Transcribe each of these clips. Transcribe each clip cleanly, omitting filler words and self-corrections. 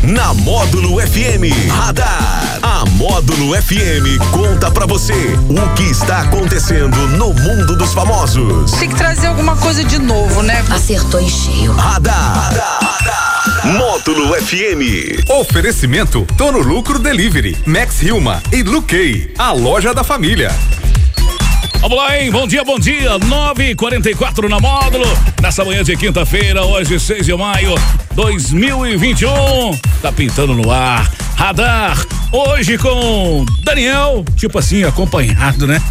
Na Módulo FM Radar. A Módulo FM conta pra você o que está acontecendo no mundo dos famosos. Tem que trazer alguma coisa de novo, né? Acertou em cheio. Radar. Módulo FM. Oferecimento Tono Lucro Delivery, Max Hilma e Luquei, a loja da família. Vamos lá, hein? Bom dia. 9h44 na Módulo. Nessa manhã de quinta-feira, hoje 6 de maio 2021. Tá pintando no ar. Radar. Hoje com Daniel, tipo assim, acompanhado, né?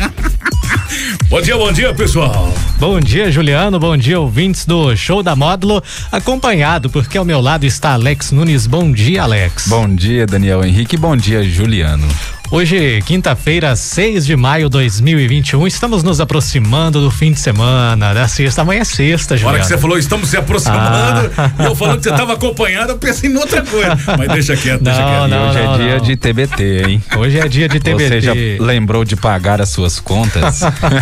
Bom dia, pessoal. Bom dia, Juliano. Bom dia, ouvintes do Show da Módulo. Acompanhado, porque ao meu lado está Alex Nunes. Bom dia, Alex. Bom dia, Daniel Henrique. Bom dia, Juliano. Hoje, quinta-feira, 6 de maio de 2021, estamos nos aproximando do fim de semana, da sexta. Amanhã é sexta, Juliano. A hora que você falou, estamos se aproximando, e eu falando que você estava acompanhado, eu pensei em outra coisa. Mas deixa quieto, deixa quieto. Hoje é dia de TBT, hein? Hoje é dia de TBT. Você já lembrou de pagar as suas contas?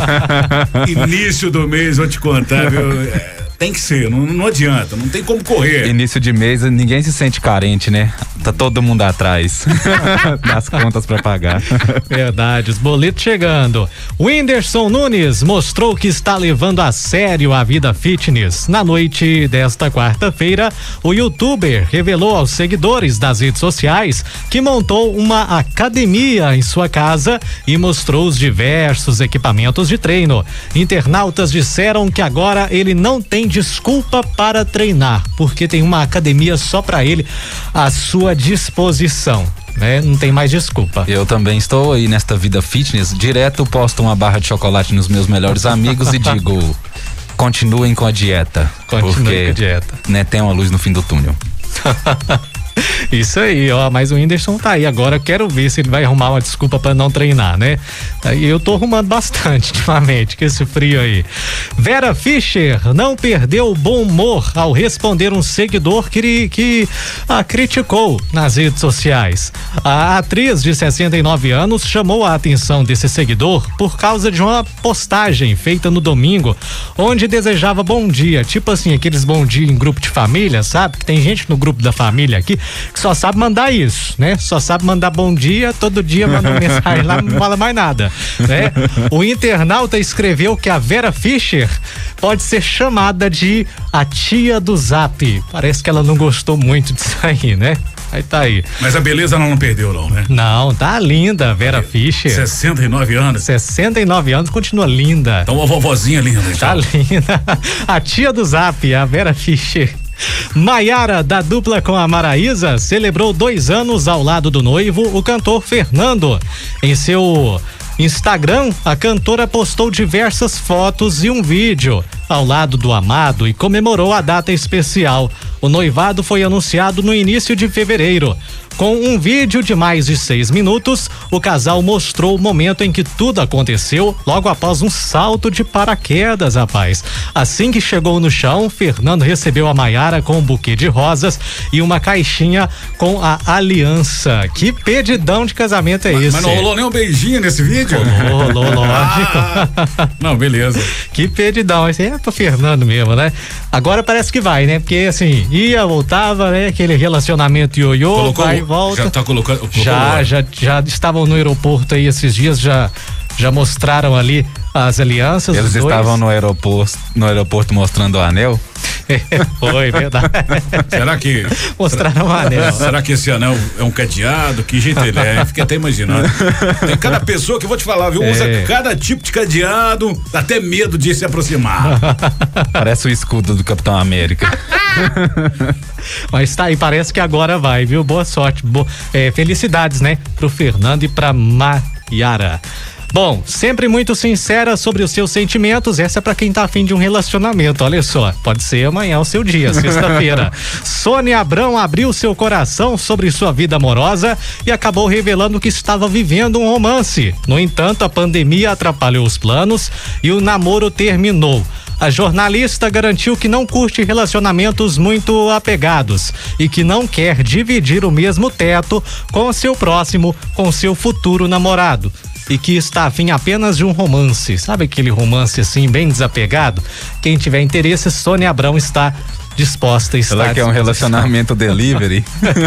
Início do mês, vou te contar, viu? Tem que ser, não adianta, não tem como correr. Início de mês, ninguém se sente carente, né? Tá todo mundo atrás das contas pra pagar. Verdade, os boletos chegando. O Whindersson Nunes mostrou que está levando a sério a vida fitness. Na noite desta quarta-feira, o youtuber revelou aos seguidores das redes sociais que montou uma academia em sua casa e mostrou os diversos equipamentos de treino. Internautas disseram que agora ele não tem desculpa para treinar, porque tem uma academia só para ele à sua disposição, né? Não tem mais desculpa. Eu também estou aí nesta vida fitness, direto posto uma barra de chocolate nos meus melhores amigos e digo, continuem com a dieta. Continuem com a dieta. Né, tem uma luz no fim do túnel. Isso aí, ó, mas o Whindersson tá aí agora, eu quero ver se ele vai arrumar uma desculpa pra não treinar, né? E eu tô arrumando bastante ultimamente, com esse frio aí. Vera Fischer não perdeu o bom humor ao responder um seguidor que criticou nas redes sociais. A atriz de 69 anos chamou a atenção desse seguidor por causa de uma postagem feita no domingo, onde desejava bom dia, tipo assim, aqueles bom dia em grupo de família, sabe? Que tem gente no grupo da família aqui que só sabe mandar isso, né? Só sabe mandar bom dia, todo dia manda uma mensagem lá, não fala mais nada, né? O internauta escreveu que a Vera Fischer pode ser chamada de a tia do Zap. Parece que ela não gostou muito disso aí, né? Aí tá aí. Mas a beleza ela não perdeu não, né? Não, tá linda a Vera Fischer. 69 anos. 69 anos, continua linda. Então uma vovozinha linda. Então. Tá linda. A tia do Zap, a Vera Fischer. Maiara, da dupla com a Maraísa, celebrou 2 anos ao lado do noivo, o cantor Fernando. Em seu Instagram, a cantora postou diversas fotos e um vídeo ao lado do amado e comemorou a data especial. O noivado foi anunciado no início de fevereiro. Com um vídeo de mais de 6 minutos, o casal mostrou o momento em que tudo aconteceu logo após um salto de paraquedas, rapaz. Assim que chegou no chão, Fernando recebeu a Maiara com um buquê de rosas e uma caixinha com a aliança. Que pedidão de casamento é esse? Mas não rolou nem um beijinho nesse vídeo? Rolou, lógico. Não, beleza. Que pedidão, esse é pro Fernando mesmo, né? Agora parece que vai, né? Porque assim, ia, voltava, né? Aquele relacionamento ioiô, vai e volta. Já tá colocando. Já estavam no aeroporto aí esses dias, já mostraram ali as alianças. Eles estavam no aeroporto mostrando o anel? Foi, verdade. Será que mostraram o anel? Será que esse anel é um cadeado? Que jeito ele é? Fiquei até imaginando. Tem cada pessoa que eu vou te falar, viu? Usa cada tipo de cadeado, dá até medo de se aproximar. Parece o escudo do Capitão América. Mas tá aí, parece que agora vai, viu? Boa sorte, felicidades, né? Pro Fernando e pra Maiara. Bom, sempre muito sincera sobre os seus sentimentos, essa é pra quem tá afim de um relacionamento, olha só, pode ser amanhã o seu dia, sexta-feira. Sônia Abrão abriu seu coração sobre sua vida amorosa e acabou revelando que estava vivendo um romance. No entanto, a pandemia atrapalhou os planos e o namoro terminou. A jornalista garantiu que não curte relacionamentos muito apegados e que não quer dividir o mesmo teto com seu próximo, com seu futuro namorado. E que está afim apenas de um romance, sabe aquele romance assim bem desapegado? Quem tiver interesse, Sônia Abrão está disposta a estar. Ela quer um relacionamento delivery.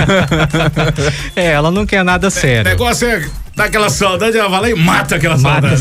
Ela não quer nada sério. O negócio é dar aquela saudade, ela vai lá e mata aquela saudade.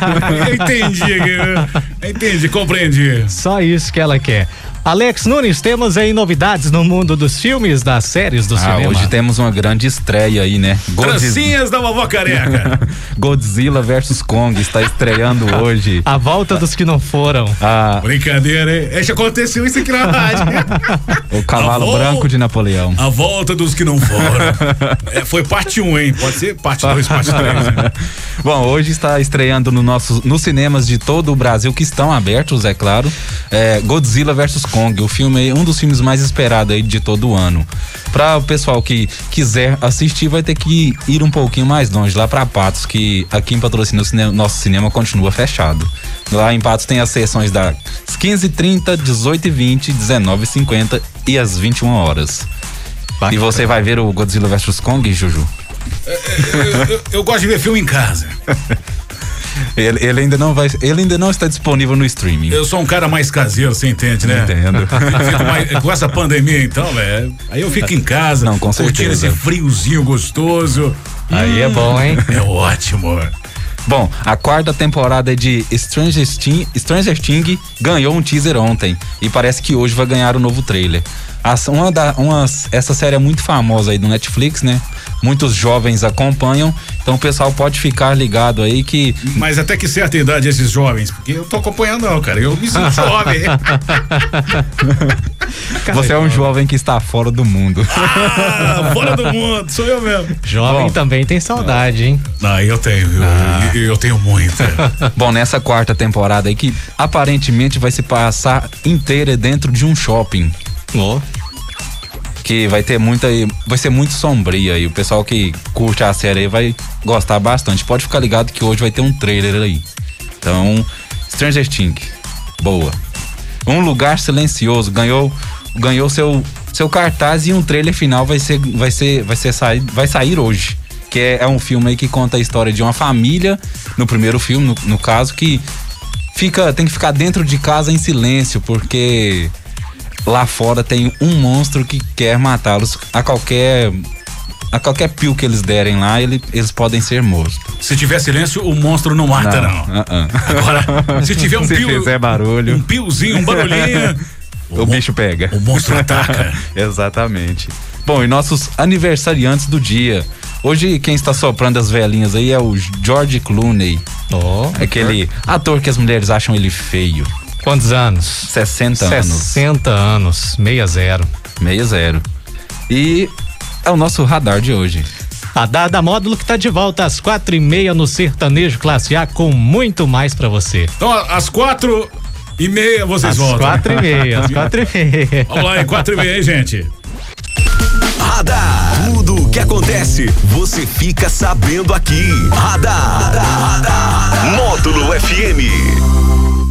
Eu entendi, compreendi. Só isso que ela quer. Alex Nunes, temos aí novidades no mundo dos filmes, das séries do cinema. Hoje temos uma grande estreia aí, né? Trancinhas da vovó careca. Godzilla vs Kong está estreando hoje. A volta dos que não foram. Brincadeira, hein? Deixa aconteceu isso aqui na rádio. O cavalo branco de Napoleão. A volta dos que não foram. Foi parte 1, hein? Pode ser parte 2, parte 3. Hein? Bom, hoje está estreando nos cinemas de todo o Brasil, que estão abertos, é claro. Godzilla vs Kong, o filme, um dos filmes mais esperados aí de todo o ano. Para o pessoal que quiser assistir, vai ter que ir um pouquinho mais longe, lá para Patos, que aqui em Patrocínio nosso cinema continua fechado. Lá em Patos tem as sessões das 15h30, 18h20, 19h50 e às 21 horas. E você vai ver o Godzilla vs Kong, Juju? Eu gosto de ver filme em casa. Ele ainda não está disponível no streaming. Eu sou um cara mais caseiro, você entende, né? Entendo. Com essa pandemia, então, velho. Aí eu fico em casa, não, com certeza, curtindo esse friozinho gostoso. Aí é bom, hein? É ótimo. Bom, a quarta temporada de Stranger Things ganhou um teaser ontem e parece que hoje vai ganhar um novo trailer. Essa série é muito famosa aí do Netflix, né? Muitos jovens acompanham, então o pessoal pode ficar ligado aí que... Mas até que certa idade esses jovens? Porque eu tô acompanhando não, cara, eu me sinto jovem. Você é um jovem que está fora do mundo. Fora do mundo, sou eu mesmo. Jovem também tem saudade, hein? Eu tenho, eu tenho muita. Bom, nessa quarta temporada aí que aparentemente vai se passar inteira dentro de um shopping. Que vai ser muito sombria e o pessoal que curte a série aí vai gostar bastante. Pode ficar ligado que hoje vai ter um trailer aí. Então, Stranger Things, boa. Um Lugar Silencioso ganhou seu cartaz e um trailer final vai sair hoje. Que é um filme aí que conta a história de uma família, no primeiro filme, no caso, que tem que ficar dentro de casa em silêncio, porque lá fora tem um monstro que quer matá-los a qualquer pio que eles derem lá, eles podem ser mortos. Se tiver silêncio, o monstro não mata, não. Agora, se tiver se fizer barulho, um piozinho, um barulhinho, o bicho pega. O monstro ataca. Exatamente. Bom, e nossos aniversariantes do dia. Hoje quem está soprando as velhinhas aí é o George Clooney. Aquele ator que as mulheres acham ele feio. Quantos anos? 60 anos. 60 anos, 60. 60. E é o nosso radar de hoje. Radar da Módulo que tá de volta às 4h30 no Sertanejo Classe A com muito mais pra você. Então, às 4h30 vocês voltam. Às 4h30. Vamos lá, 4h30, hein, gente? Radar. Tudo o que acontece, você fica sabendo aqui. Radar. Módulo FM.